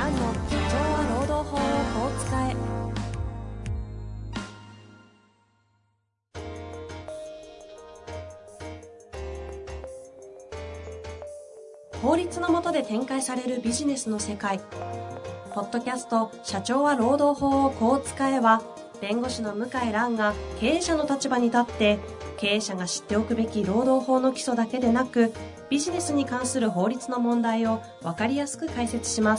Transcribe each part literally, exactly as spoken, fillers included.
蘭の社長は労働法をこう使え。法律の下で展開されるビジネスの世界。ポッドキャスト社長は労働法をこう使えは、弁護士の向井蘭が経営者の立場に立って経営者が知っておくべき労働法の基礎だけでなく、ビジネスに関する法律の問題を分かりやすく解説します。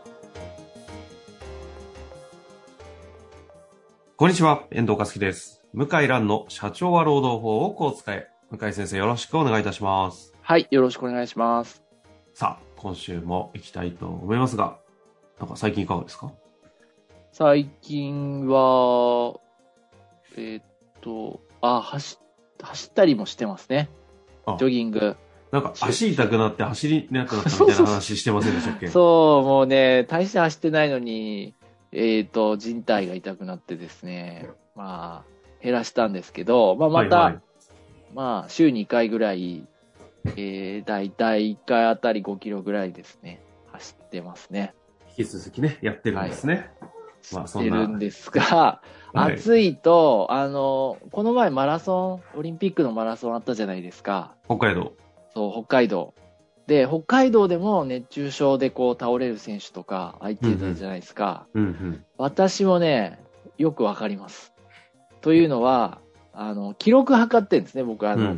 こんにちは、遠藤和樹です。向井蘭の社長は労働法をこう使え。向井先生、よろしくお願いいたします。 はい、よろしくお願いします。 さあ、今週も行きたいと思いますが、なんか最近いかがですか？ 最近は、えーっと、あ、走、走ったりもしてますね。ジョギング。 なんか足痛くなって走りなくなったみたいな話してませんでしたっけ？ そう、もうね、大して走ってないのに、えーっと、靭帯が痛くなってですね、まあ、減らしたんですけど、まあ、また、 はいはい、 まあ、週にかいぐらい、えー、だいたいいっかいあたりごキロぐらいですね、走ってますね。 引き続きね、やってるんですね。はい、 まあ、そんな。してるんですが、はい、暑いと、あの、この前マラソン、オリンピックのマラソンあったじゃないですか。 北海道。 そう、北海道。で、北海道でも熱中症でこう倒れる選手とか相手いたじゃないですか。 うんうんうんうん、 私もね、よくわかります。というのは、あの、記録測ってるんですね、僕あの、うんうんうん、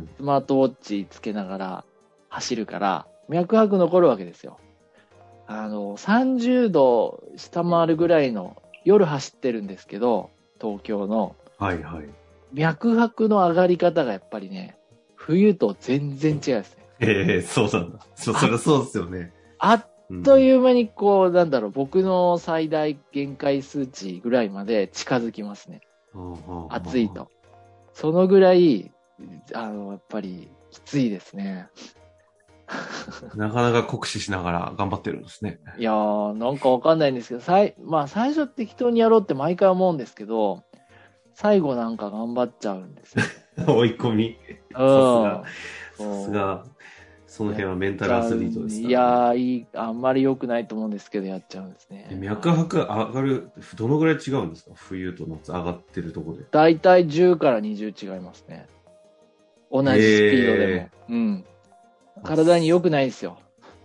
スマートウォッチつけながら走るから、脈拍残るわけですよ。あの、さんじゅうど下回るぐらいの夜走ってるんですけど、東京の。 はいはい。 脈拍の上がり方がやっぱりね、冬と全然違いですね。 ええー、そうなんだ。そ、そりゃそうですよね。 あっという間にこう、なんだろう、僕の最大限界数値ぐらいまで近づきますね。暑いと。そのぐらい、あの、やっぱりきついですね。 なかなか酷使しながら頑張ってるんですね。 いやー、なんかわかんないんですけど、さい、まあ最初適当にやろうって毎回思うんですけど、最後なんか頑張っちゃうんですよ。 追い込み。さすが。さすが。その辺はメンタルアスリートですから、ね。 いやー、いい、あんまり良くないと思うんですけど、やっちゃうんですね。 脈拍上がる、どのぐらい違うんですか？冬と夏上がってるところで。 だいたいじゅうからにじゅう違いますね。同じスピードでも。うん。体に良くないですよ。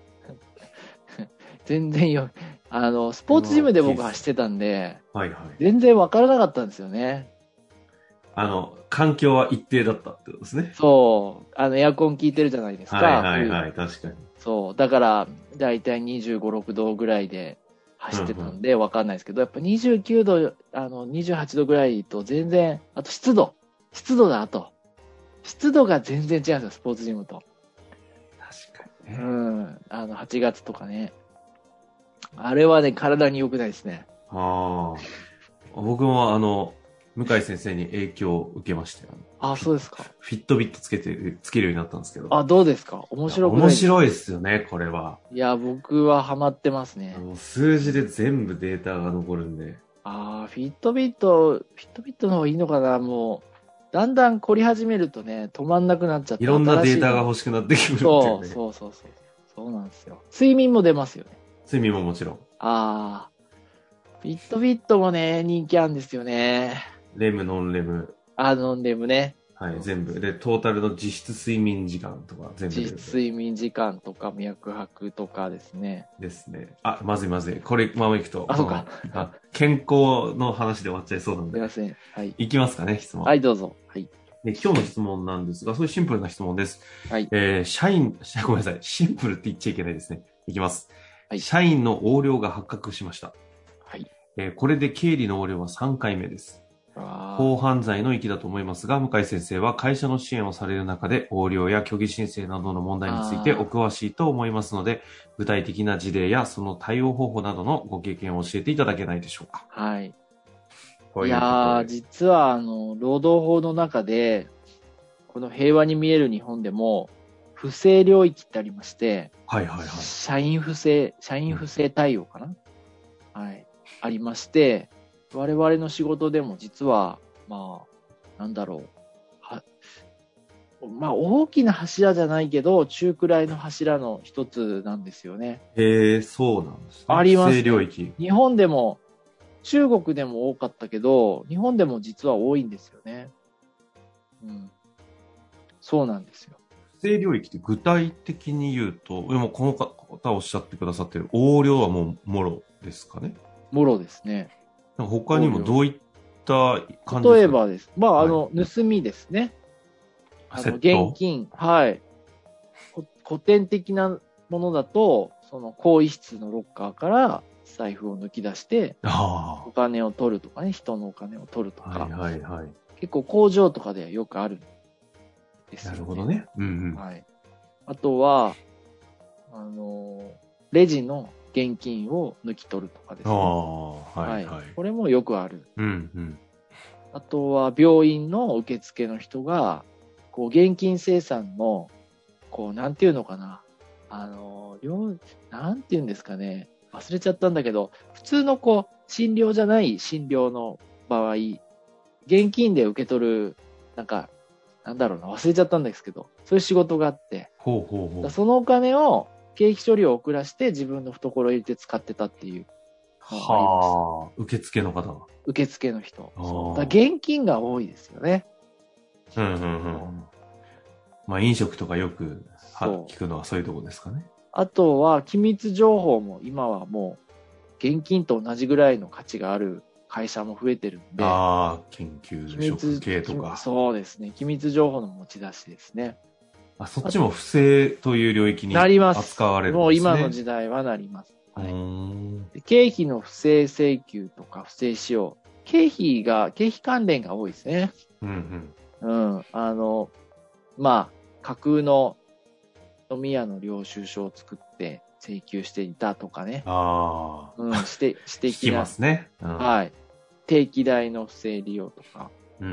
全然よ、あの、スポーツジムで僕走ってたんで、 はいはい、 全然わからなかったんですよね。 あの、環境は一定だったってことですね。 そう。あの、エアコン効いてるじゃないですか。 はいはいはい、確かに。 そう。だから、だいたいにじゅうご、ろくどぐらいで走ってたんで、わかんないですけど、やっぱにじゅうきゅうど、あの、にじゅうはちどぐらいと全然、あと湿度。湿度だ、あと。湿度が全然違うんですよ、スポーツジムと。 確かにね。 うん。あの、はちがつとかね。あれはね、体に良くないですね。 ああ。僕もあの、向井先生に影響を受けましたよ。 あ、そうですか。 フィットビットつけて、つけるようになったんですけど。 あ、どうですか？面白くないですか？ 面白いですよね、これは。 いや、僕はハマってますね。 数字で全部データが残るんで。 ああ、フィットビット、フィットビットの方がいいのかな？もう、だんだん凝り始めるとね、止まんなくなっちゃって。 いろんなデータが欲しくなってくるっていうね。 そうそうそうそう。そうなんですよ。睡眠も出ますよね。 睡眠ももちろん。 ああ。フィットビットもね、人気あるんですよね。 レム、ノンレム。 あ、ノンレムね。 はい、全部。で、トータルの実質睡眠時間とか全部。 実質睡眠時間とか脈拍とかですね。 ですね。あ、まずいまずい。これ、ままいくと。 あ、そうか。 あ、健康の話で終わっちゃいそうなんで。 すいません。はい。 いきますかね、質問。 はい、どうぞ。はい。 で、今日の質問なんですが、そういうシンプルな質問です。 はい。 えー、社員、ごめんなさい。シンプルって言っちゃいけないですね。いきます。 はい。 社員の横領が発覚しました。 はい。 えー、これで経理の横領はさんかいめです。法犯罪の域だと思いますが、向井先生は会社の支援をされる中で横領や虚偽申請などの問題についてお詳しいと思いますので、具体的な事例やその対応方法などのご経験を教えていただけないでしょうか。 はい。 うういやー、実はあの、労働法の中で、この平和に見える日本でも、不正領域ってありまして、 はいはいはい。 社員不正、社員不正対応かな、うん、はい。ありまして、我々の仕事でも実は、まあ、なんだろう。は、 まあ大きな柱じゃないけど、中くらいの柱の一つなんですよね。 へえ、そうなんですね。 ありますね。 不正領域。 日本でも、中国でも多かったけど、日本でも実は多いんですよね。うん。そうなんですよ。 不正領域って具体的に言うと、でもこの方おっしゃってくださってる横領はもうもろですかね。 もろですね。 なんか他にもどういった感じですか？ 例えばです。まあ、 はい、 あの、盗みですね。あの、 窃盗？ 現金。はい。古典的なものだと、その、更衣室のロッカーから財布を抜き出して、お金を取るとかね、人のお金を取るとか。 はいはいはい。 結構工場とかではよくあるんですよね。 なるほどね。うんうん。 はい。あとは、あの、レジの現金を抜き取るとかですね。ああ、はいはい。これもよくある。うんうん。あとは、病院の受付の人が、こう、現金生産の、こう、なんていうのかな。あの、なんていうんですかね。忘れちゃったんだけど、普通のこう、診療じゃない診療の場合、現金で受け取る、なんか、なんだろうな、忘れちゃったんですけど、そういう仕事があって、ほうほうほう、そのお金を経費処理を送らして自分の懐を入れて使ってたっていうのがあります。はあ、 受付の方が。 受付の人。そうだ、現金が多いですよね。 うんうんうん。まあ飲食とかよく聞くのはそういうとこですかね。 あとは機密情報も今はもう現金と同じぐらいの価値がある会社も増えてるんで。 ああ、研究職系とか。 そうですね。機密情報の持ち出しですね。 あ、そっちも不正という領域に扱われるんですね。 もう今の時代はなります。はい、経費の不正請求とか不正使用。経費が、経費関連が多いですね。うんうん。うん。あの、まあ、架空の飲み屋の領収書を作って請求していたとかね。ああ。うん、して、指摘な。 聞きますね。 うん、はい。定期代の不正利用とか。うんうん。うん、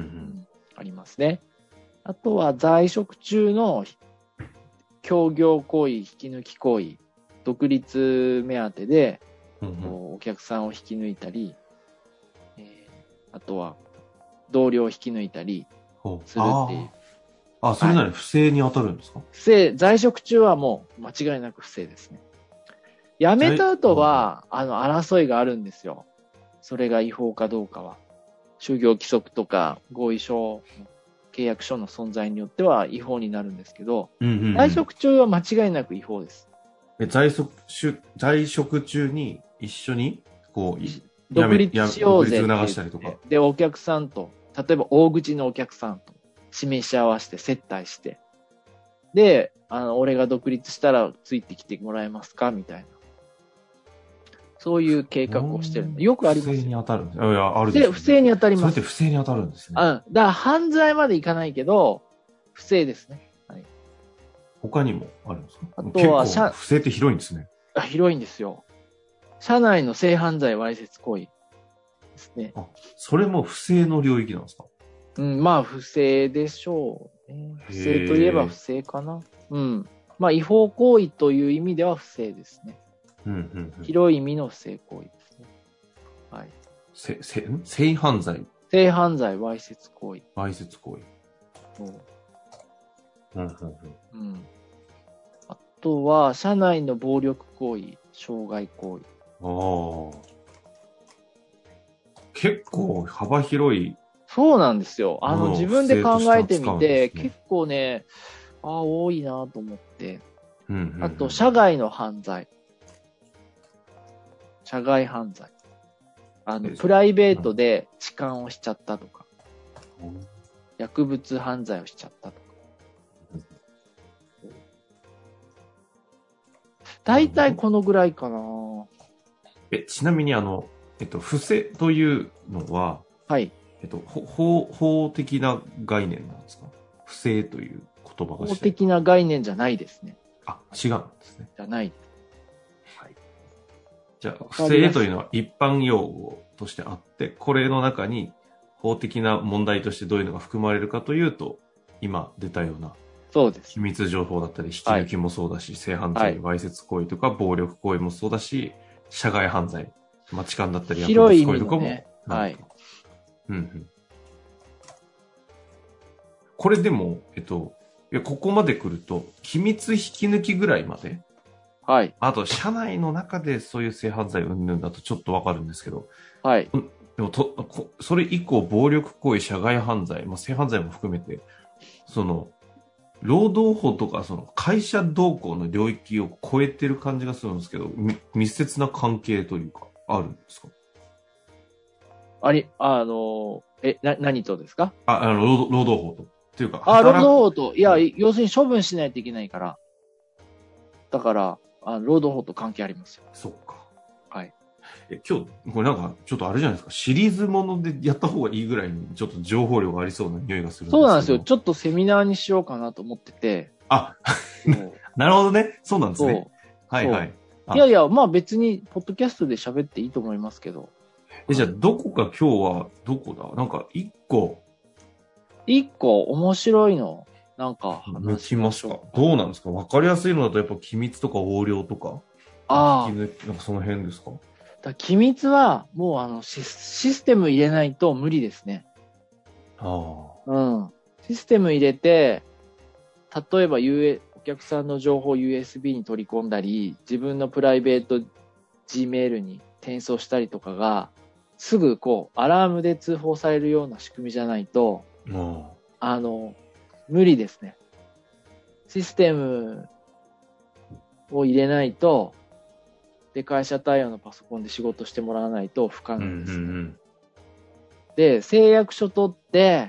ありますね。あとは在職中の協業行為、引き抜き行為、独立目当てで、うんうん、お客さんを引き抜いたり、えー、あとは同僚を引き抜いたりするっていう。 ああ、それなり不正に当たるんですか？ 不正、在職中はもう間違いなく不正ですね。辞めた後は、あの、争いがあるんですよ。それが違法かどうかは。就業規則とか合意書、契約書の存在によっては違法になるんですけど、うんうんうん、在職中は間違いなく違法です。 え在職在職中に一緒にこう独立しようぜ独立促したりとか。 で、お客さんと、例えば大口のお客さんと示し合わせて接待して、で、あの、俺が独立したらついてきてもらえますかみたいな。そういう計画をしてるんで、よくありますよ。 不正に当たるんです。いや、あるです、ね。 不正に当たります。それって不正に当たるんですね。 うん。だから犯罪までいかないけど、不正ですね。はい。 他にもあるんですか？ あとは、 結構不正って広いんですね。 あ、広いんですよ。社内の性犯罪わいせつ行為ですね。 あ、それも不正の領域なんですか？ うん、まあ不正でしょうね。不正といえば不正かな。うん。まあ違法行為という意味では不正ですね。うんうんうん、広い意味の不正行為ですね。はい。 せ、せ、性犯罪。 性犯罪わいせつ行為。 わいせつ行為。うんうんうん。 うん。あとは、社内の暴力行為、傷害行為。ああ。結構幅広い。 そうなんですよ。あの、自分で考えてみて、ね、結構ね、ああ、多いなと思って。うんうんうん、あと、社外の犯罪。社外犯罪。あの、プライベートで痴漢をしちゃったとか、うん、薬物犯罪をしちゃったとか。大体このぐらいかな。 え、ちなみにあの、えっと、不正というのは、はい。えっと、法、法的な概念なんですか？不正という言葉が。 法的な概念じゃないですね。 あ、違うんですね。 じゃない。 はい。じゃあ、不正というのは一般用語としてあって、これの中に法的な問題としてどういうのが含まれるかというと、今出たような、 そうです。 機密情報だったり、引き抜きもそうだし、はい、性犯罪、わいせつ行為とか、暴力行為もそうだし、社外犯罪、まあ、痴漢だったり、薬物行為とかも、ね、はい。うんうん。これでも、えっと、 いや、ここまで来ると、機密引き抜きぐらいまで、 はい。 あと、社内の中でそういう性犯罪云々だとちょっとわかるんですけど、 はい。 でもと、それ以降、暴力行為、社外犯罪、まあ、性犯罪も含めて、その、労働法とか、その、会社動向の領域を超えてる感じがするんですけど、密接な関係というか、あるんですか？ あり、あの、え、な、何とですか？ あ、あの、労働労働法と。っていうか、 あ、労働く働法と、いや、要するに処分しないといけないから。だから、あ労働法と関係ありますよ。 そっか。 はい。 え、今日、これなんか、ちょっとあれじゃないですか、シリーズものでやった方がいいぐらいに、ちょっと情報量がありそうな匂いがするんですけど。 そうなんですよ。ちょっとセミナーにしようかなと思ってて。 あ、なるほどね。そうなんですね。はいはい。 いやいや、まあ別に、ポッドキャストで喋っていいと思いますけど。 え、じゃあ、どこか今日は、どこだなんか、一個。 一個面白いの、なんか話しましょうか。どうなんですか？わかりやすいのだと、やっぱ機密とか横領とか。 ああ。 なんかその辺ですか？ だ機密は、もうあのシス、システム入れないと無理ですね。 ああ。うん。システム入れて、例えば、U、お客さんの情報を ユーエスビー に取り込んだり、自分のプライベート Gmail に転送したりとかが、すぐこう、アラームで通報されるような仕組みじゃないと、 あ, あの、無理ですね。システムを入れないと、で、会社対応のパソコンで仕事してもらわないと不可能ですね。うんうんうん、で、誓約書取って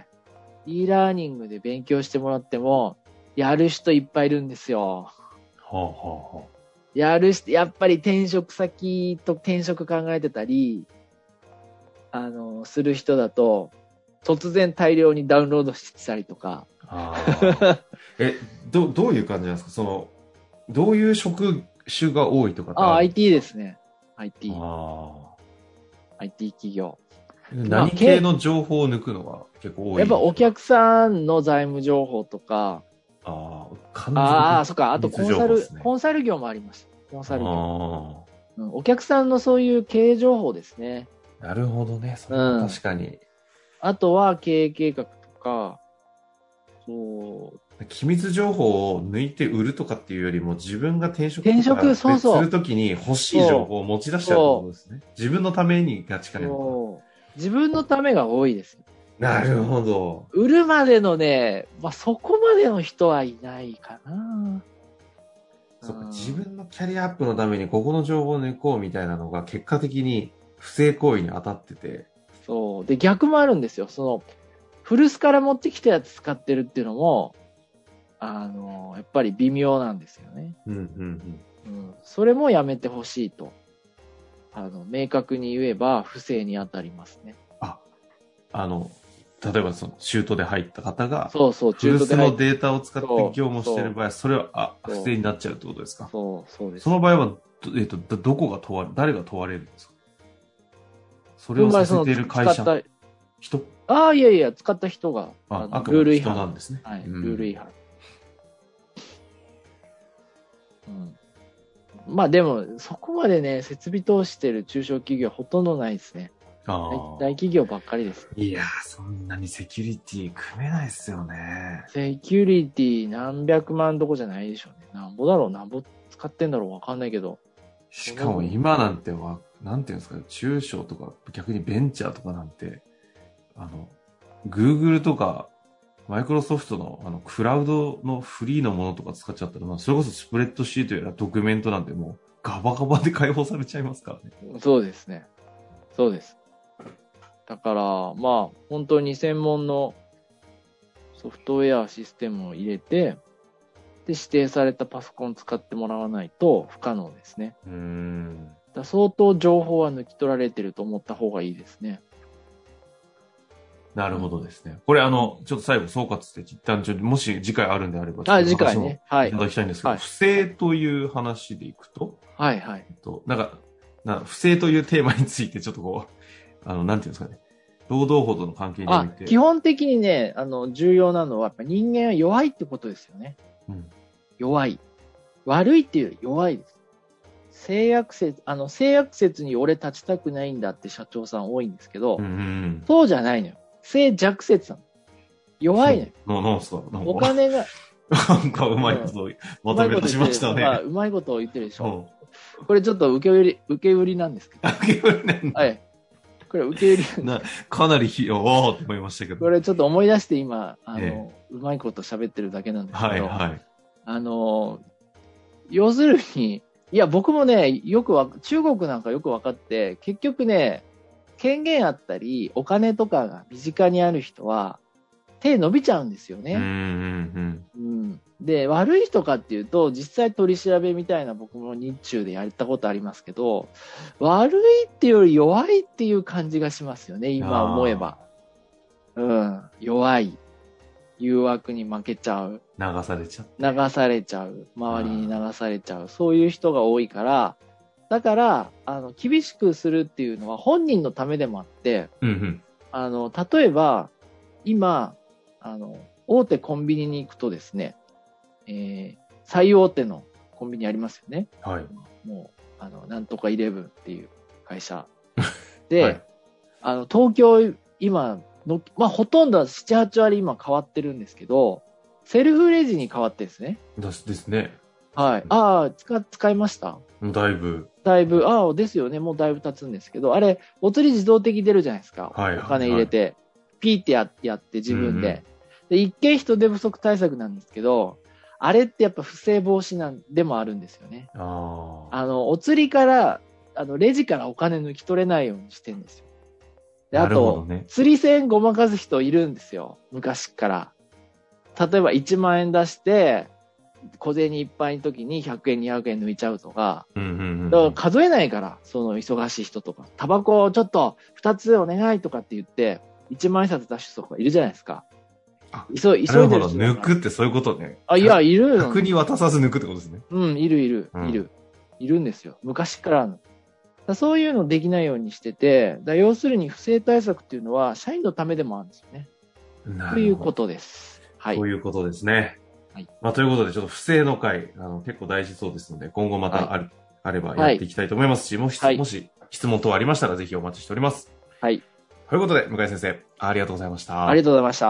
、e ラーニングで勉強してもらっても、やる人いっぱいいるんですよ。はあはあはあ、 やる人、やっぱり転職先と転職考えてたり、あの、する人だと、突然大量にダウンロードしたりとか。 あえ、ど、どういう感じなんですか？その、どういう職種が多いとかってある？ あ、アイティー ですね。アイティー。 あアイティー 企業。 何系の情報を抜くのが結構多い？ やっぱお客さんの財務情報とか。 ああ、あ、そっか。あとコンサル、ね、コンサル業もあります。コンサル業。うん、お客さんのそういう経営情報ですね。 なるほどね。それは確かに。うん、 あとは経営計画とか、そう。 機密情報を抜いて売るとかっていうよりも、自分が転職転職、そうそう。 するときに欲しい情報を持ち出しちゃうってことですね。自分のためにが近いのか。 自分のためが多いです。 なるほど。 売るまでのね、まあ、そこまでの人はいないかな。 そっか、自分のキャリアアップのためにここの情報を抜こうみたいなのが結果的に不正行為に当たってて。 そう。で、逆もあるんですよ。その、古巣から持ってきたやつ使ってるっていうのも、あの、やっぱり微妙なんですよね。 うんうんうん。 うん。それもやめてほしいと。あの、明確に言えば不正に当たりますね。 あ、あの、例えばその、中途で入った方が、 そうそう、 中途で入った。古巣のデータを使って業務をしている場合、それは、あ、不正になっちゃうってことですか？ そう、そうです。 その場合は、えっと、どこが問われ、誰が問われるんですか？それをさせている会社。人？ ああ、いやいや、使った人が、 ああルール違反なんですね。 はい、うん、ルール違反。うん。まあでも、そこまでね、設備投資してる中小企業はほとんどないですね。あ大企業ばっかりです。 いやー、そんなにセキュリティ組めないですよね。 セキュリティ何百万どこじゃないでしょうね。なんぼだろう、なんぼ使ってんだろう、わかんないけど。 しかも今なんては、なんていうんですかね、中小とか逆にベンチャーとかなんて、あの、Google とか、マイクロソフトのあのクラウドのフリーのものとか使っちゃったら、まあ、それこそスプレッドシートやらドキュメントなんてもうガバガバで解放されちゃいますからね。 そうですね。そうです。だから、まあ、本当に専門のソフトウェアシステムを入れて、で、指定されたパソコン使ってもらわないと不可能ですね。 うーん。 だ相当情報は抜き取られてると思った方がいいですね。 なるほどですね。これあの、ちょっと最後総括して、一旦ちょっと、もし次回あるんであれば、 あ、次回ね。はい。 いただきたいんですけど、はい、不正という話でいくと、 はいはい。 えっと、なんか、な不正というテーマについてちょっとこう、あの、なんていうんですかね、労働法との関係において。 基本的にね、あの、重要なのは、やっぱ人間は弱いってことですよね。うん。弱い。悪いっていうより弱いです。性悪説、あの、性悪説に俺立ちたくないんだって社長さん多いんですけど、うんうんうん、そうじゃないのよ。性弱説なの。弱いのよ。 な、なんすか？ お金が、 なんかうまいことをまとめ出しましたね。 まあ、うまいことを言ってるでしょ。うん、これちょっと受け売り、受け売りなんですけど。 受け売りなんだ。 はい。これ受け売りなかなりひ、おーと思いましたけど。 これちょっと思い出して今、あの、ええ、うまいこと喋ってるだけなんですけど。 はいはい。 あの、要するに、いや、僕もね、よくわ、中国なんかよくわかって、結局ね、権限あったり、お金とかが身近にある人は、手伸びちゃうんですよね。 うんうんうんうん、で、悪い人かっていうと、実際取り調べみたいな僕も日中でやったことありますけど、悪いっていうより弱いっていう感じがしますよね、今思えば。うん、弱い。誘惑に負けちゃう。 流されちゃう。 流されちゃう。周りに流されちゃう。そういう人が多いから、だから、あの、厳しくするっていうのは本人のためでもあって、 うんうん、 あの、例えば、今、あの、大手コンビニに行くとですね、えー、最大手のコンビニありますよね。 はい。 もう、あの、なんとかイレブンっていう会社。で、 はい、あの、東京、今の、まあ、ほとんどなな、はち割今変わってるんですけど、セルフレジに変わってるんですね。 ですですね。 はい。ああ、使、使いましただいぶ。 だいぶ、ああ、ですよね。もうだいぶ経つんですけど、あれ、お釣り自動的出るじゃないですか。 はい。 お金入れて、はい、ピーってやってやって自分で。うんうん、で、一見人手不足対策なんですけど、あれってやっぱ不正防止なんでもあるんですよね。 ああの、お釣りから、あの、レジからお金抜き取れないようにしてるんですよ。で、あと、ね、釣り銭ごまかす人いるんですよ。昔から。例えばいちまん円出して、小銭いっぱいの時にひゃくえん、にひゃくえん抜いちゃうとか、 うんうんうん、 だから数えないから、その忙しい人とか、タバコをちょっとふたつお願いとかって言って、いちまん円札出す人とかいるじゃないですか。 あ、 急い、急いでる人。 抜くってそういうことね。 あ、いや、いるの。逆に渡さず抜くってことですね。 うん、いるいる、 うん、 いる。いるんですよ。昔からの。だそういうのできないようにしてて、だ要するに不正対策っていうのは、社員のためでもあるんですよね。ということです。はい。 ということですね。 はい。 まあ、ということで、ちょっと不正の回、あの、結構大事そうですので、今後またある、はい、あればやっていきたいと思いますし、はい、もし、はい、もし質問等ありましたら、ぜひお待ちしております。 はい。 ということで、向井先生、ありがとうございました。 ありがとうございました。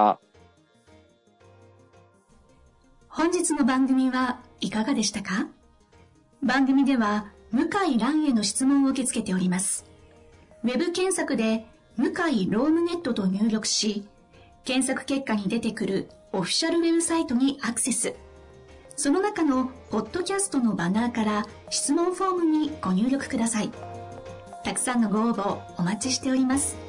本日の番組はいかがでしたか？番組では、向井蘭への質問を受け付けております。ウェブ検索で、向井ロームネットと入力し、検索結果に出てくるオフィシャルウェブサイトにアクセス。その中のポッドキャストのバナーから質問フォームにご入力ください。たくさんのご応募お待ちしております。